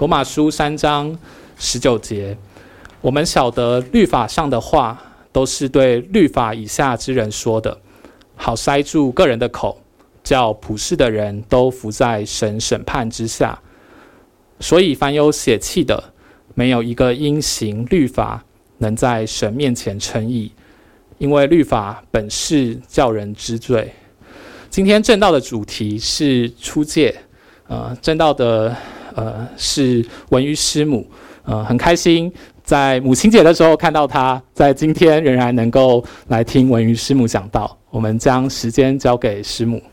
罗马书3章19节，我们晓得律法上的话都是对律法以下之人说的，好塞住个人的口，叫普世的人都服在神审判之下。所以凡有血气的，没有一个因行律法能在神面前称义，因为律法本是叫人知罪。今天正道的主题是出界，正道的是文瑜师母，很开心在母亲节的时候看到她，在今天仍然能够来听文瑜师母讲道。我们将时间交给师母。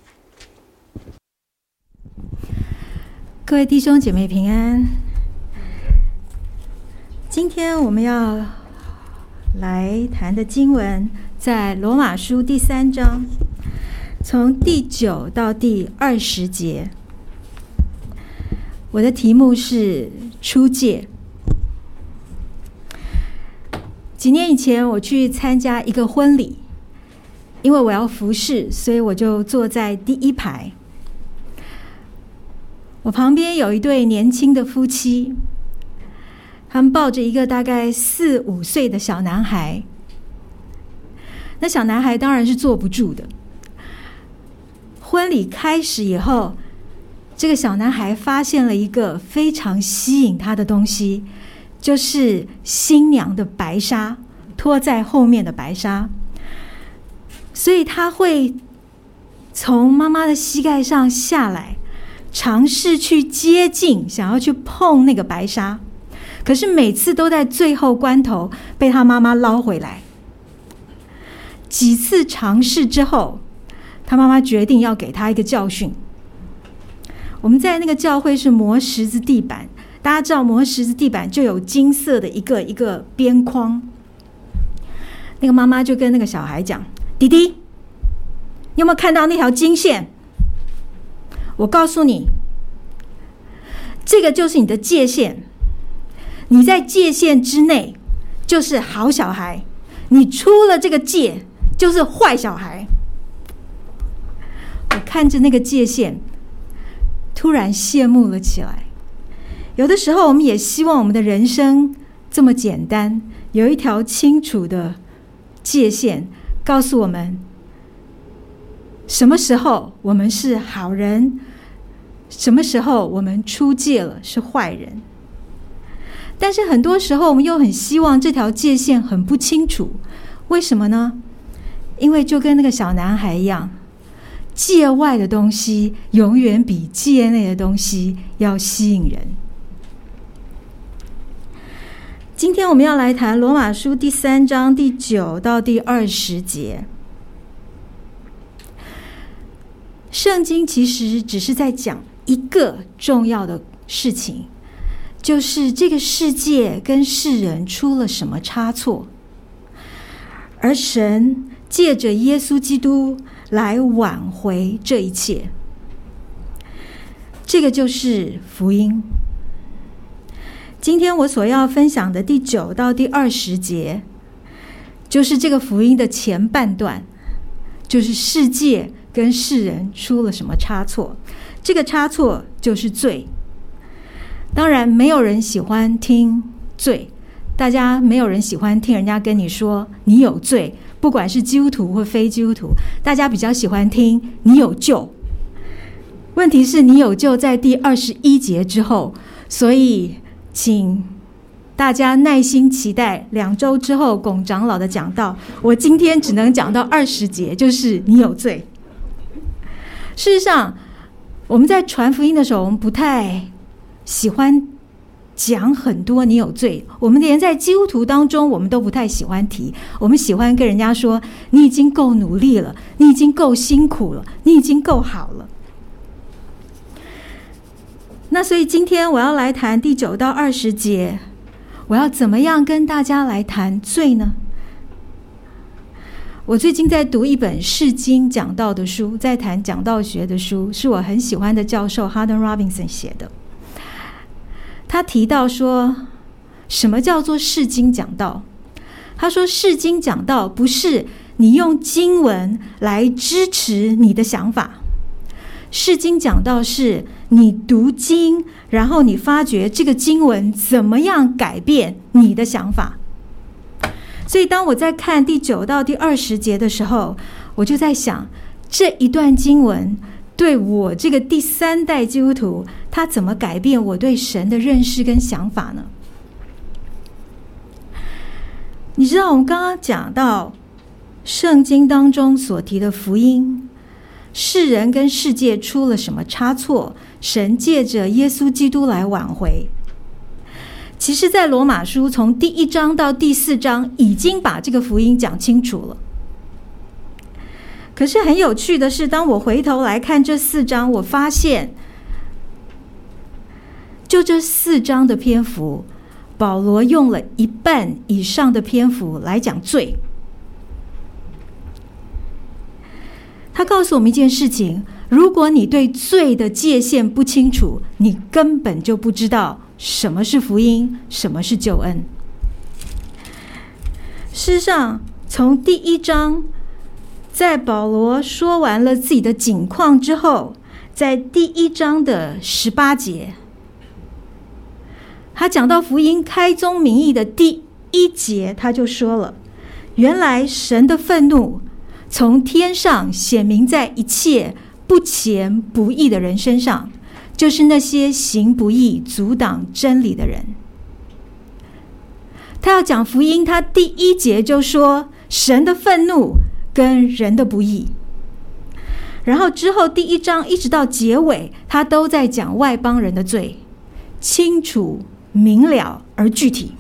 各位弟兄姐妹平安。今天我们要来谈的经文在罗马书第3章，从第9到第20节。我的题目是出界。几年以前我去参加一个婚礼，因为我要服侍，所以我就坐在第一排。我旁边有一对年轻的夫妻，他们抱着一个大概4、5岁的小男孩。那小男孩当然是坐不住的。婚礼开始以后，这个小男孩发现了一个非常吸引他的东西，就是新娘的白纱，拖在后面的白纱。所以他会从妈妈的膝盖上下来，尝试去接近，想要去碰那个白纱，可是每次都在最后关头被他妈妈捞回来。几次尝试之后，他妈妈决定要给他一个教训。我们在那个教会是磨石子地板，大家知道磨石子地板就有金色的一个一个边框。那个妈妈就跟那个小孩讲：弟弟，你有没有看到那条金线？我告诉你，这个就是你的界限，你在界限之内就是好小孩，你出了这个界就是坏小孩。我看着那个界限，突然羡慕了起来。有的时候我们也希望我们的人生这么简单，有一条清楚的界限，告诉我们什么时候我们是好人，什么时候我们出界了是坏人。但是很多时候我们又很希望这条界限很不清楚，为什么呢？因为就跟那个小男孩一样，界外的东西永远比界内的东西要吸引人。今天我们要来谈罗马书第3章第9到第20节。圣经其实只是在讲一个重要的事情，就是这个世界跟世人出了什么差错，而神借着耶稣基督来挽回这一切。这个就是福音。今天我所要分享的第9到第20节，就是这个福音的前半段，就是世界跟世人出了什么差错。这个差错就是罪。当然没有人喜欢听罪，大家没有人喜欢听人家跟你说你有罪，不管是基督徒或非基督徒，大家比较喜欢听你有救。问题是你有救在第21节之后，所以请大家耐心期待2周之后龚长老的讲道。我今天只能讲到20节，就是你有罪。事实上我们在传福音的时候，我们不太喜欢讲很多你有罪，我们连在基督徒当中我们都不太喜欢提。我们喜欢跟人家说你已经够努力了，你已经够辛苦了，你已经够好了。那所以今天我要来谈第9到20节，我要怎么样跟大家来谈罪呢？我最近在读一本释经讲道的书，在谈讲道学的书，是我很喜欢的教授 Haddon Robinson 写的。他提到说，什么叫做释经讲道？他说释经讲道不是你用经文来支持你的想法， 释经讲到是你读经，然后你发觉这个经文怎么样改变你的想法。所以当我在看第9到第20节的时候，我就在想，这一段经文对我这个第3代基督徒，它怎么改变我对神的认识跟想法呢？你知道我们刚刚讲到圣经当中所提的福音，世人跟世界出了什么差错，神借着耶稣基督来挽回。其实在罗马书从第1章到第4章已经把这个福音讲清楚了。可是很有趣的是，当我回头来看这4章，我发现就这4章的篇幅，保罗用了1半以上的篇幅来讲罪。他告诉我们一件事情，如果你对罪的界限不清楚，你根本就不知道什么是福音，什么是救恩。事实上，从第1章，在保罗说完了自己的景况之后，在第1章的18节，他讲到福音开宗明义的第1节，他就说了，原来神的愤怒从天上显明在一切不虔不义的人身上，就是那些行不义阻挡真理的人。他要讲福音，他第1节就说神的愤怒跟人的不义，然后之后第1章一直到结尾，他都在讲外邦人的罪，清楚明了而具体。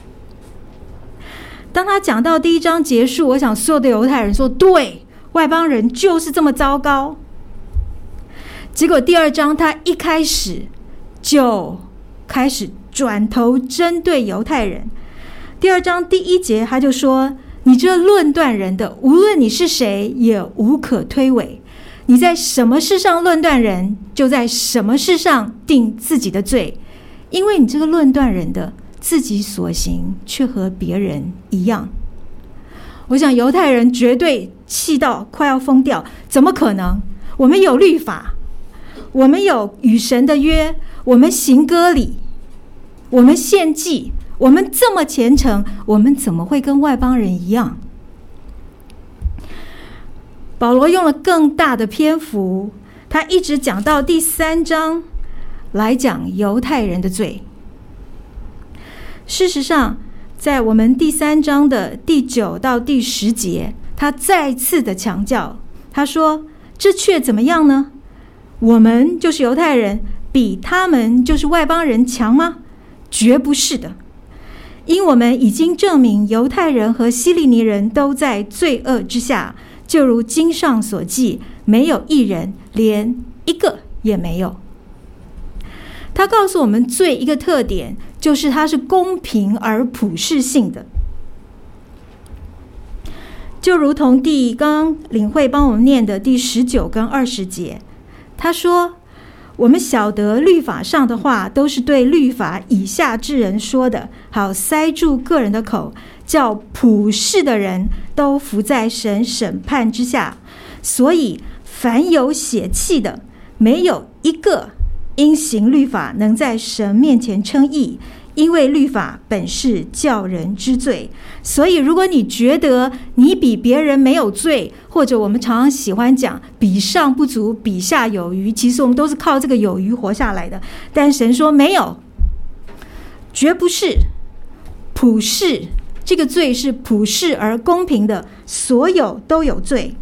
当他讲到第1章结束，我想所有的犹太人说，对，外邦人就是这么糟糕。结果第2章他一开始就开始转头针对犹太人。第2章第1节他就说，你这论断人的，无论你是谁，也无可推诿。你在什么事上论断人，就在什么事上定自己的罪，因为你这个论断人的，自己所行却和别人一样。我想犹太人绝对气到快要疯掉，怎么可能？我们有律法，我们有与神的约，我们行割礼，我们献祭，我们这么虔诚，我们怎么会跟外邦人一样？保罗用了更大的篇幅，他一直讲到第3章来讲犹太人的罪。事实上，在我们第3章的第9到第10节，他再次的强调，他说，这却怎么样呢？我们就是犹太人，比他们就是外邦人强吗？绝不是的。因我们已经证明犹太人和希利尼人都在罪恶之下，就如经上所记，没有一人，连一个也没有。他告诉我们罪一个特点，就是它是公平而普世性的。就如同刚刚领会帮我们念的第19跟20节，他说，我们晓得律法上的话都是对律法以下之人说的，好塞住个人的口，叫普世的人都伏在神审判之下。所以凡有血气的，没有一个因行律法能在神面前称义，因为律法本是叫人知罪。所以如果你觉得你比别人没有罪，或者我们常常喜欢讲比上不足比下有余，其实我们都是靠这个有余活下来的。但神说没有，绝不是。普世，这个罪是普世而公平的，所有都有罪。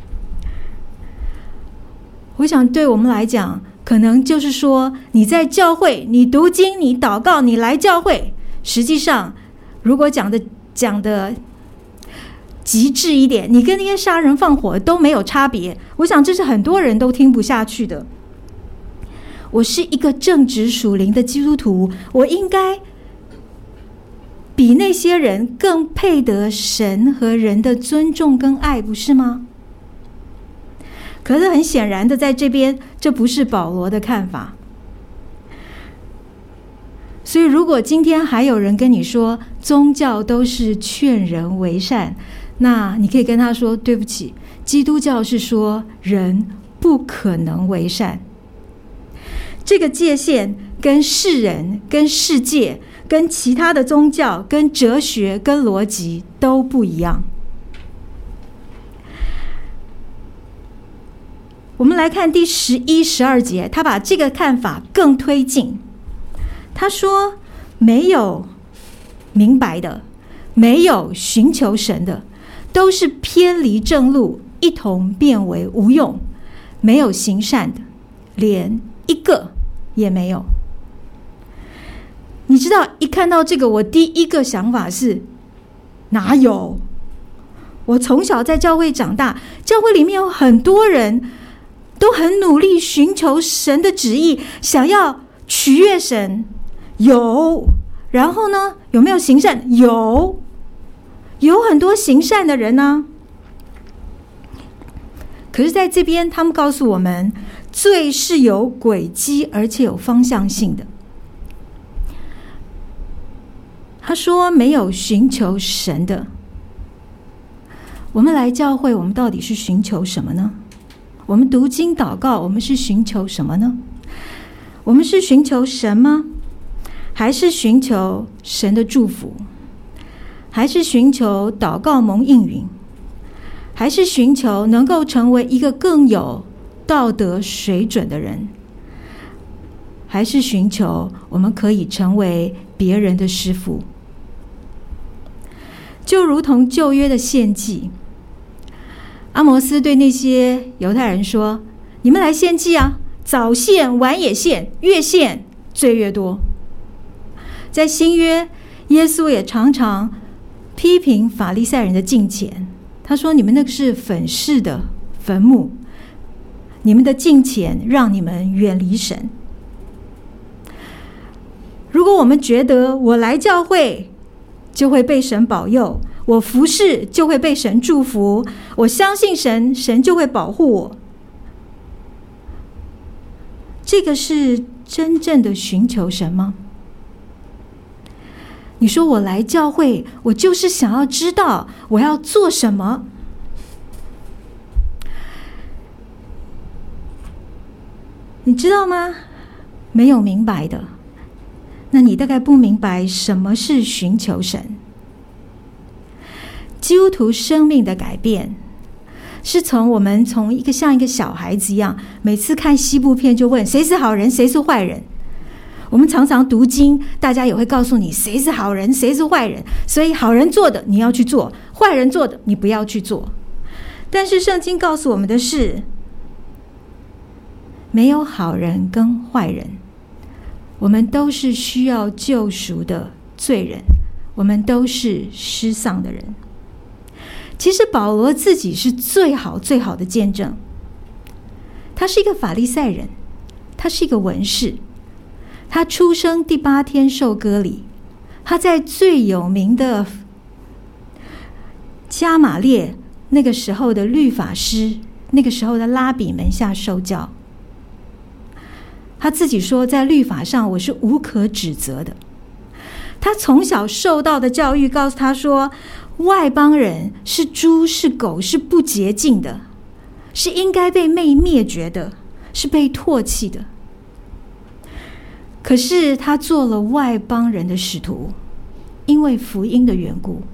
我想对我们来讲，可能就是说，你在教会，你读经，你祷告，你来教会，实际上如果讲的极致一点，你跟那些杀人放火都没有差别。我想这是很多人都听不下去的。我是一个正直属灵的基督徒，我应该比那些人更配得神和人的尊重跟爱，不是吗？可是很显然的，在这边这不是保罗的看法。所以如果今天还有人跟你说宗教都是劝人为善，那你可以跟他说，对不起，基督教是说人不可能为善。这个界限跟世人、跟世界、跟其他的宗教、跟哲学、跟逻辑都不一样。我们来看第11、12节，他把这个看法更推进。他说，没有明白的，没有寻求神的，都是偏离正路，一同变为无用，没有行善的，连一个也没有。你知道，一看到这个，我第一个想法是，哪有？我从小在教会长大，教会里面有很多人都很努力寻求神的旨意，想要取悦神。有，然后呢，有没有行善？有很多行善的人呢。可是在这边他们告诉我们，罪是有轨迹而且有方向性的。他说没有寻求神的。我们来教会，我们到底是寻求什么呢？我们读经祷告，我们是寻求什么呢？我们是寻求神吗？还是寻求神的祝福？还是寻求祷告蒙应允？还是寻求能够成为一个更有道德水准的人？还是寻求我们可以成为别人的师傅？就如同旧约的献祭，阿摩斯对那些犹太人说，你们来献祭啊，早献晚也献，越献罪越多。在新约，耶稣也常常批评法利赛人的敬虔，他说，你们那个是粉饰的坟墓，你们的敬虔让你们远离神。如果我们觉得我来教会就会被神保佑，我服侍就会被神祝福，我相信神，神就会保护我，这个是真正的寻求神吗？你说我来教会，我就是想要知道我要做什么。你知道吗？没有明白的，那你大概不明白什么是寻求神。基督徒生命的改变，是从我们从一个像一个小孩子一样，每次看西部片就问谁是好人，谁是坏人。我们常常读经，大家也会告诉你谁是好人，谁是坏人，所以好人做的你要去做，坏人做的你不要去做。但是圣经告诉我们的是，没有好人跟坏人，我们都是需要救赎的罪人，我们都是失丧的人。其实保罗自己是最好的见证。他是一个法利赛人，他是一个文士，他出生第8天受割礼，他在最有名的加玛列那个时候的律法师，那个时候的拉比门下受教。他自己说，在律法上我是无可指责的。他从小受到的教育告诉他说，外邦人是猪是狗是不洁净的，是应该被灭绝的，是被唾弃的。可是他做了外邦人的使徒，因为福音的缘故。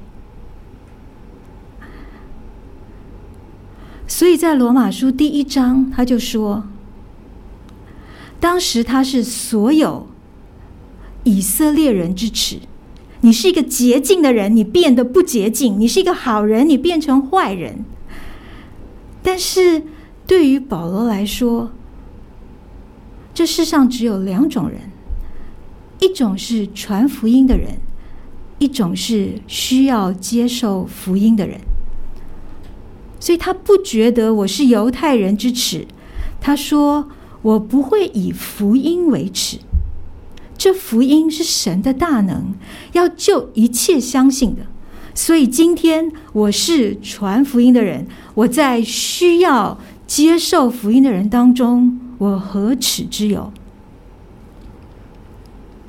所以在罗马书第1章他就说，当时他是所有以色列人之耻。你是一个洁净的人，你变得不洁净；你是一个好人，你变成坏人。但是对于保罗来说，这世上只有2种人，一种是传福音的人，一种是需要接受福音的人。所以他不觉得我是犹太人之耻，他说我不会以福音为耻。这福音是神的大能，要救一切相信的。所以今天我是传福音的人，我在需要接受福音的人当中，我何耻之有？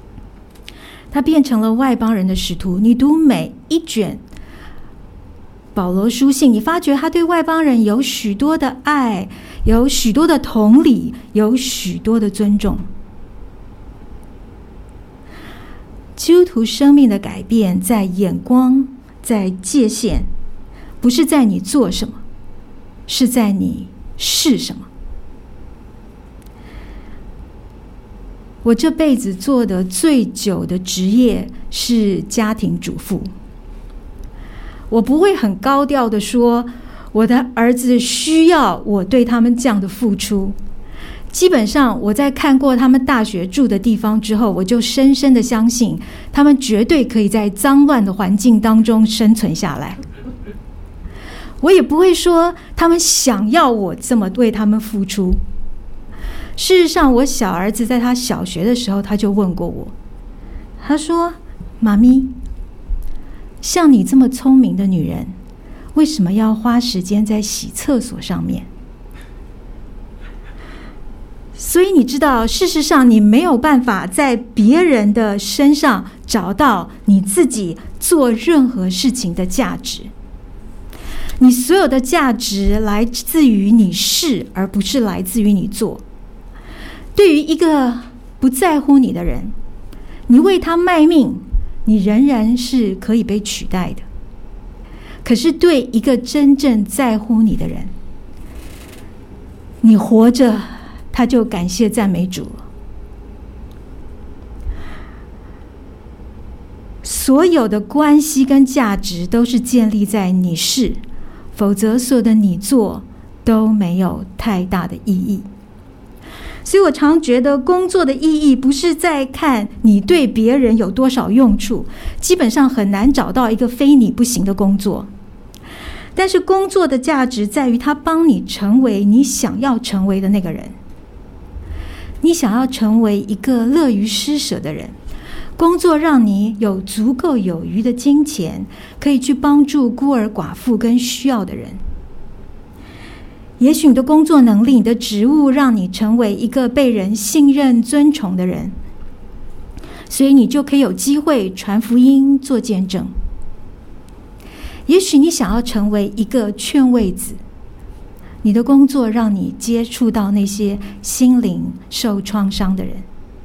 他变成了外邦人的使徒。你读每一卷保罗书信，你发觉他对外邦人有许多的爱，有许多的同理，有许多的尊重。基督徒生命的改变在眼光，在界限，不是在你做什么，是在你是什么。我这辈子做的最久的职业是家庭主妇。我不会很高调的说我的儿子需要我对他们这样的付出。基本上我在看过他们大学住的地方之后，我就深深的相信他们绝对可以在脏乱的环境当中生存下来。我也不会说他们想要我这么为他们付出。事实上，我小儿子在他小学的时候，他就问过我，他说：“妈咪，像你这么聪明的女人，为什么要花时间在洗厕所上面？”所以你知道，事实上你没有办法在别人的身上找到你自己做任何事情的价值。你所有的价值来自于你是，而不是来自于你做。对于一个不在乎你的人，你为他卖命，你仍然是可以被取代的。可是对一个真正在乎你的人，你活着，他就感谢赞美主了。所有的关系跟价值都是建立在你是，否则所有的你做都没有太大的意义。所以我常觉得工作的意义不是在看你对别人有多少用处，基本上很难找到一个非你不行的工作。但是工作的价值在于它帮你成为你想要成为的那个人。你想要成为一个乐于施舍的人，工作让你有足够有余的金钱，可以去帮助孤儿寡妇跟需要的人。也许你的工作能力，你的职务让你成为一个被人信任尊崇的人，所以你就可以有机会传福音做见证。也许你想要成为一个劝慰子，你的工作让你接触到那些心灵受创伤的人。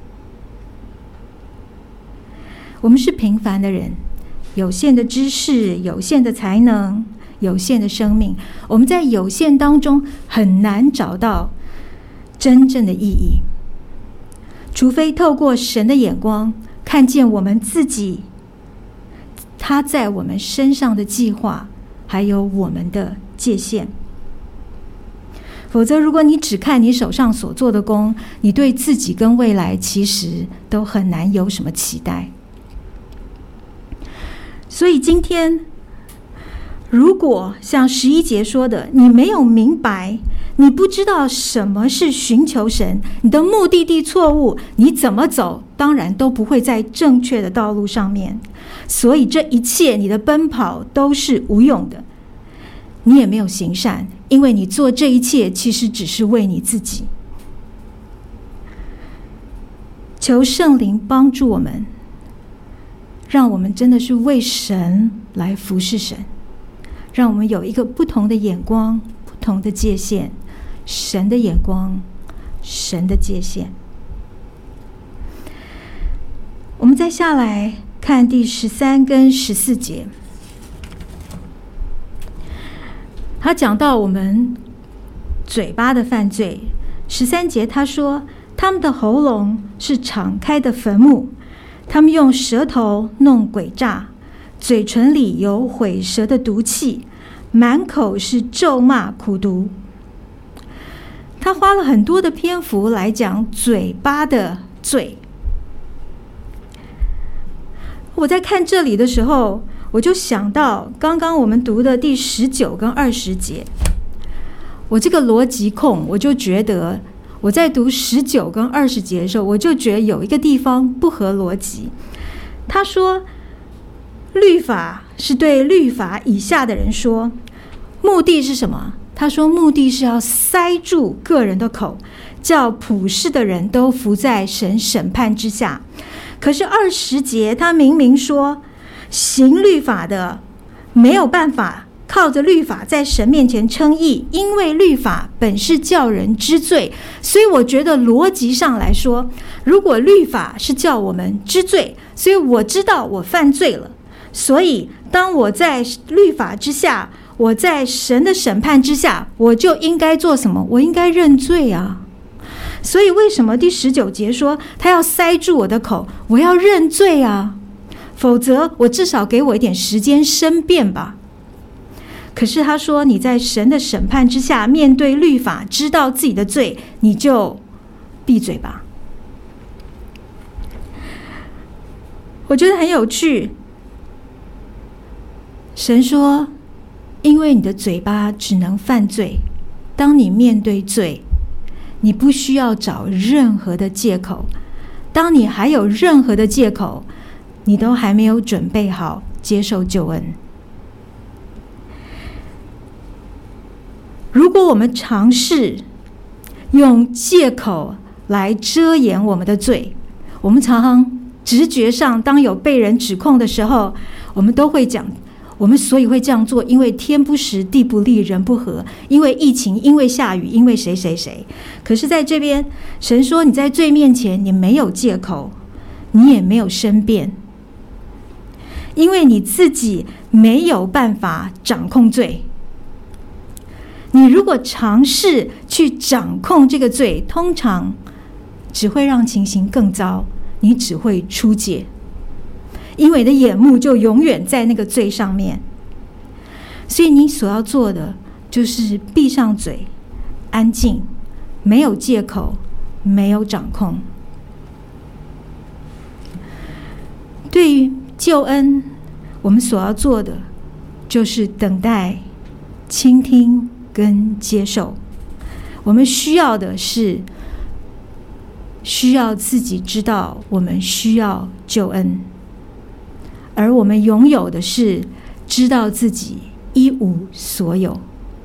我们是平凡的人，有限的知识，有限的才能，有限的生命，我们在有限当中很难找到真正的意义，除非透过神的眼光看见我们自己，他在我们身上的计划，还有我们的界限。否则如果你只看你手上所做的工，你对自己跟未来其实都很难有什么期待。所以今天如果像11节说的，你没有明白，你不知道什么是寻求神，你的目的地错误，你怎么走当然都不会在正确的道路上面。所以这一切你的奔跑都是无用的，你也没有行善，因为你做这一切其实只是为你自己。求圣灵帮助我们，让我们真的是为神来服侍神，让我们有一个不同的眼光，不同的界限，神的眼光，神的界限。我们再下来看第13跟14节，他讲到我们嘴巴的犯罪。13节他说，他们的喉咙是敞开的坟墓，他们用舌头弄诡诈，嘴唇里有毁舌的毒气，满口是咒骂苦毒。他花了很多的篇幅来讲嘴巴的罪。我在看这里的时候，我就想到刚刚我们读的第19跟20节。我这个逻辑控，我就觉得我在读19跟20节的时候，我就觉得有一个地方不合逻辑。他说律法是对律法以下的人说，目的是什么？他说目的是要塞住个人的口，叫普世的人都伏在神审判之下。可是20节他明明说行律法的没有办法靠着律法在神面前称义，因为律法本是叫人知罪。所以我觉得逻辑上来说，如果律法是叫我们知罪，所以我知道我犯罪了，所以当我在律法之下，我在神的审判之下，我就应该做什么？我应该认罪啊。所以为什么第19节说他要塞住我的口？我要认罪啊，否则我至少给我一点时间申辩吧。可是他说你在神的审判之下，面对律法，知道自己的罪，你就闭嘴吧。我觉得很有趣，神说因为你的嘴巴只能犯罪，当你面对罪，你不需要找任何的借口，当你还有任何的借口，你都还没有准备好接受救恩。如果我们尝试用借口来遮掩我们的罪，我们常常直觉上当有被人指控的时候，我们都会讲，我们所以会这样做，因为天不时地不利人不和，因为疫情，因为下雨，因为谁谁谁。可是在这边神说你在罪面前你没有借口，你也没有申辩，因为你自己没有办法掌控罪。你如果尝试去掌控这个罪，通常只会让情形更糟，你只会出界，因为你的眼目就永远在那个罪上面。所以你所要做的就是闭上嘴，安静，没有借口，没有掌控。对于救恩，我们所要做的就是等待、倾听跟接受。我们需要的是需要自己知道我们需要救恩，而我们拥有的是知道自己一无所有。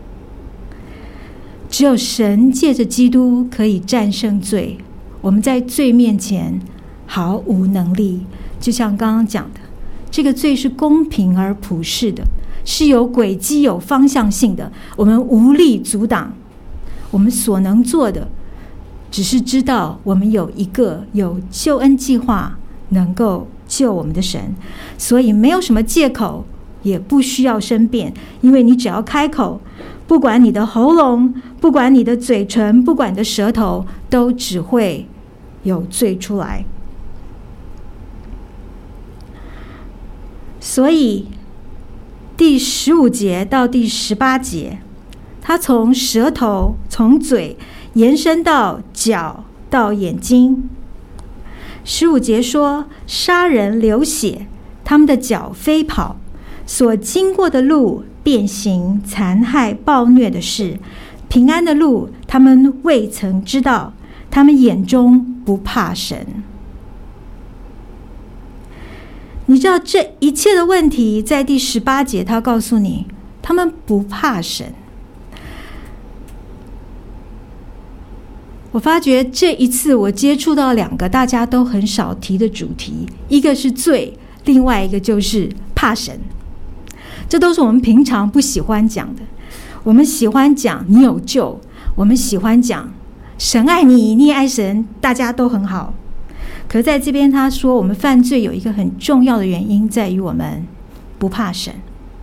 只有神借着基督可以战胜罪，我们在罪面前毫无能力。就像刚刚讲的，这个罪是公平而普世的，是有轨迹有方向性的，我们无力阻挡。我们所能做的只是知道我们有一个有救恩计划能够救我们的神，所以没有什么借口，也不需要申辩，因为你只要开口，不管你的喉咙，不管你的嘴唇，不管你的舌头，都只会有罪出来。所以第15节到第18节，他从舌头，从嘴延伸到脚，到眼睛。15节说杀人流血，他们的脚飞跑，所经过的路变形，残害暴虐的事，平安的路他们未曾知道，他们眼中不怕神。你知道这一切的问题在第18节他告诉你，他们不怕神。我发觉这一次我接触到2个大家都很少提的主题，一个是罪，另外一个就是怕神。这都是我们平常不喜欢讲的。我们喜欢讲你有救，我们喜欢讲神爱你，你也爱神，大家都很好。可是在这边他说我们犯罪有一个很重要的原因，在于我们不怕神。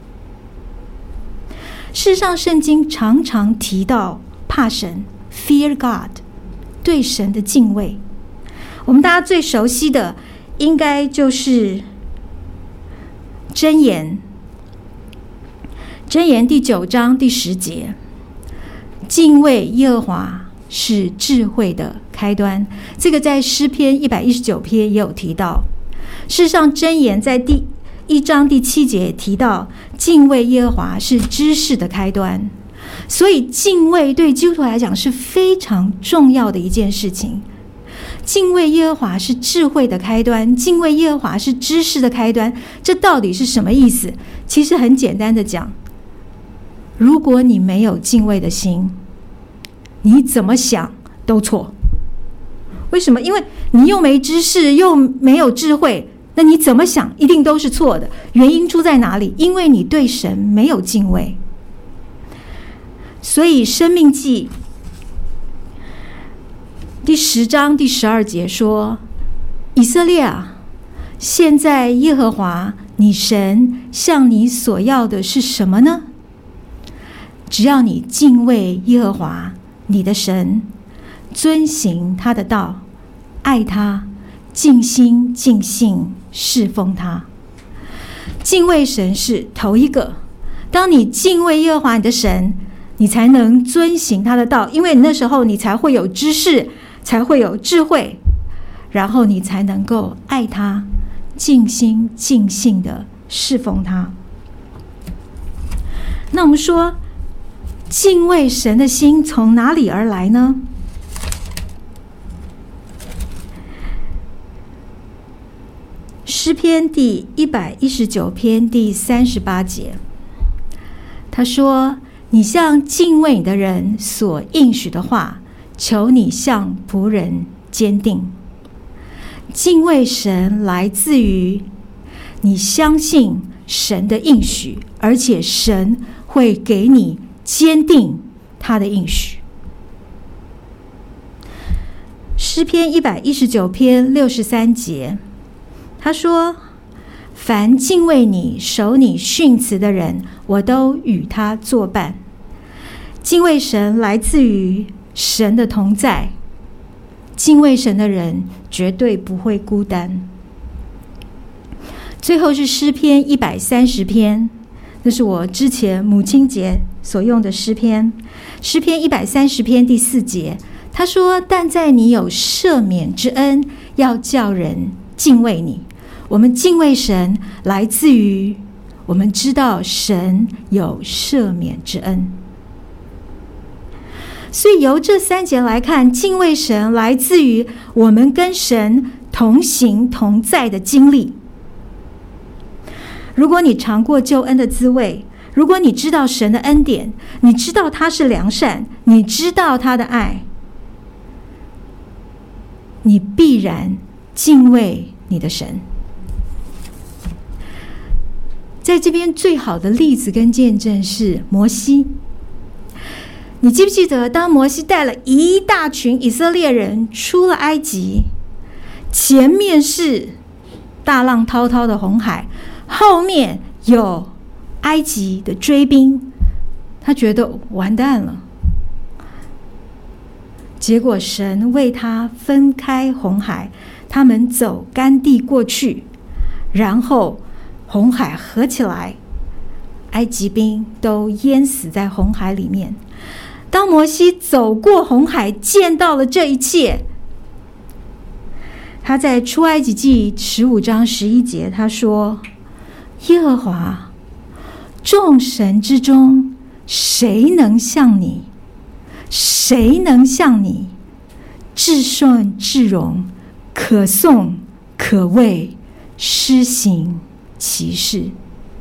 事实上圣经常常提到怕神 Fear God， 对神的敬畏。我们大家最熟悉的应该就是箴言第9章第10节，敬畏耶和华是智慧的开端。这个在诗篇119篇也有提到。事实上箴言在第1章第7节也提到，敬畏耶和华是知识的开端。所以敬畏对基督徒来讲是非常重要的一件事情。敬畏耶和华是智慧的开端，敬畏耶和华是知识的开端。这到底是什么意思？其实很简单的讲，如果你没有敬畏的心，你怎么想都错。为什么？因为你又没知识又没有智慧， 那你怎么想一定都是错的。原因出在哪里？因为你对神没有敬畏。所以申命记第10章第12节说，以色列啊，现在耶和华你神向你所要的是什么呢？只要你敬畏耶和华你的神，遵行他的道，爱他，尽心尽性侍奉他。敬畏神是头一个。当你敬畏耶和华你的神，你才能遵行他的道，因为那时候你才会有知识，才会有智慧，然后你才能够爱他，尽心尽性的侍奉他。那我们说，敬畏神的心从哪里而来呢？诗篇第119篇第38节，他说，你向敬畏你的人所应许的话，求你向仆人坚定。敬畏神来自于你相信神的应许，而且神会给你坚定他的应许。诗篇119篇63节，他说，凡敬畏你守你训词的人，我都与他作伴。敬畏神来自于神的同在，敬畏神的人绝对不会孤单。最后是诗篇130篇，那是我之前母亲节所用的诗篇。诗篇130篇第4节，他说，但在你有赦免之恩，要叫人敬畏你。我们敬畏神来自于我们知道神有赦免之恩。所以由这3节来看，敬畏神来自于我们跟神同行同在的经历。如果你尝过救恩的滋味，如果你知道神的恩典，你知道他是良善，你知道他的爱，你必然敬畏你的神。在这边最好的例子跟见证是摩西。你记不记得，当摩西带了一大群以色列人出了埃及，前面是大浪滔滔的红海，后面有埃及的追兵，他觉得完蛋了。结果神为他分开红海，他们走干地过去，然后红海合起来，埃及兵都淹死在红海里面。当摩西走过红海，见到了这一切，他在出埃及记15章11节他说，耶和华，众神之中谁能像你？谁能像你至顺至荣，可颂可畏，施行奇事？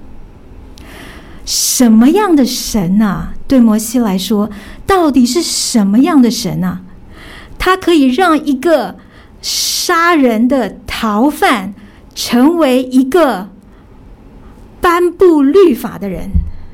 什么样的神啊？对摩西来说，到底是什么样的神啊？他可以让一个杀人的逃犯成为一个颁布律法的人，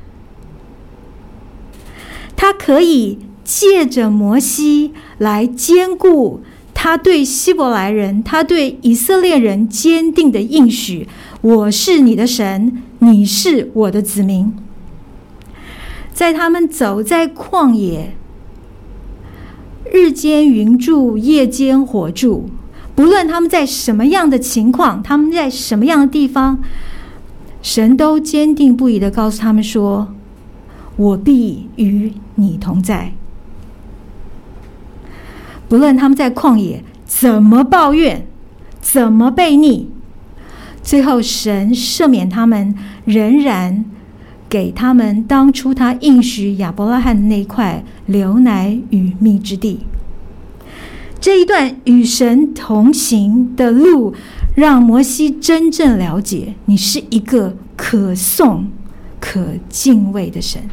他可以借着摩西来兼顾他对希伯来人，他对以色列人坚定的应许，我是你的神，你是我的子民。在他们走在旷野，日间云柱，夜间火柱，不论他们在什么样的情况，他们在什么样的地方，神都坚定不移地告诉他们说，我必与你同在。不论他们在旷野怎么抱怨，怎么悖逆，最后神赦免他们，仍然给他们当初他应许亚伯拉罕的那块流奶与蜜之地。这一段与神同行的路，让摩西真正了解，你是一个可颂可敬畏的神。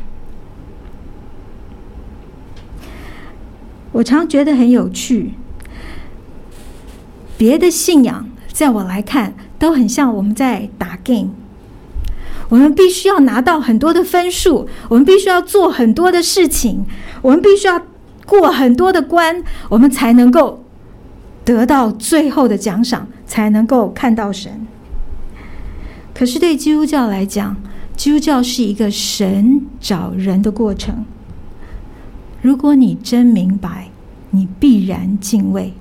我常觉得很有趣，别的信仰在我来看都很像我们在打 game， 我们必须要拿到很多的分数，我们必须要做很多的事情，我们必须要过很多的关，我们才能够得到最后的奖赏，才能够看到神。可是对基督教来讲，基督教是一个神找人的过程。如果你真明白，你必然敬畏。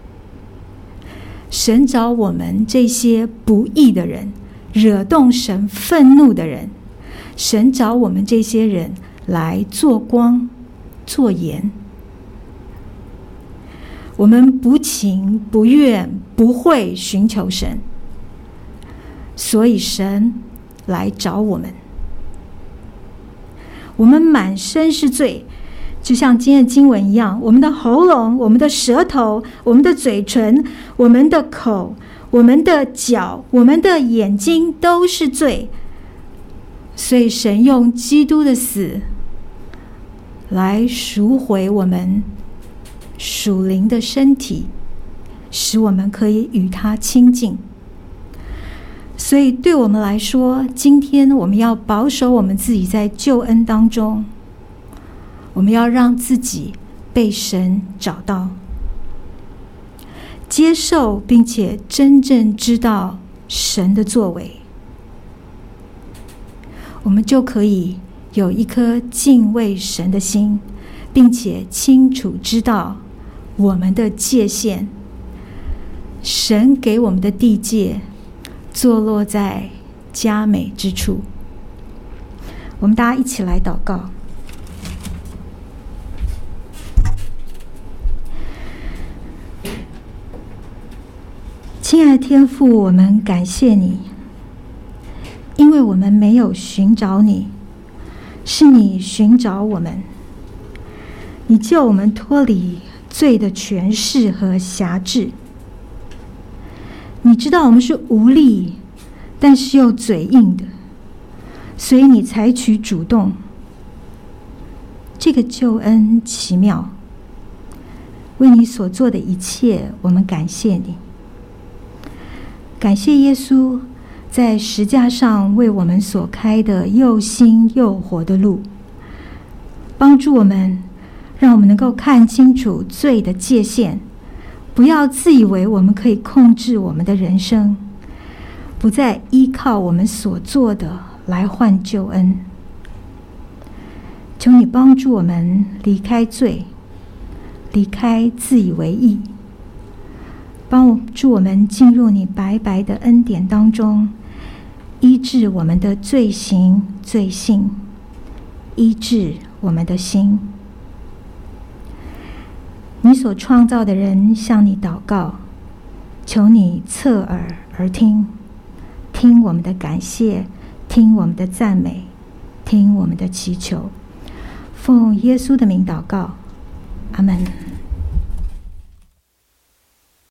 神找我们这些不义的人，惹动神愤怒的人，神找我们这些人来做光做盐。我们不情不愿不会寻求神，所以神来找我们。我们满身是罪，就像今天的经文一样，我们的喉咙、我们的舌头、我们的嘴唇、我们的口、我们的脚、我们的眼睛都是罪。所以神用基督的死来赎回我们属灵的身体，使我们可以与他亲近。所以对我们来说，今天我们要保守我们自己在救恩当中，我们要让自己被神找到，接受并且真正知道神的作为，我们就可以有一颗敬畏神的心，并且清楚知道我们的界限。神给我们的地界坐落在佳美之处。我们大家一起来祷告。亲爱的天父，我们感谢你，因为我们没有寻找你，是你寻找我们。你救我们脱离罪的权势和辖制。你知道我们是无力，但是又嘴硬的，所以你采取主动。这个救恩奇妙，为你所做的一切，我们感谢你。感谢耶稣在十架上为我们所开的又新又活的路，帮助我们，让我们能够看清楚罪的界限，不要自以为我们可以控制我们的人生，不再依靠我们所做的来换救恩。求你帮助我们离开罪，离开自以为义，帮助我们进入你白白的恩典当中，医治我们的罪行罪性，医治我们的心。你所创造的人向你祷告，求你侧耳而听，听我们的感谢，听我们的赞美，听我们的祈求。奉耶稣的名祷告，阿们。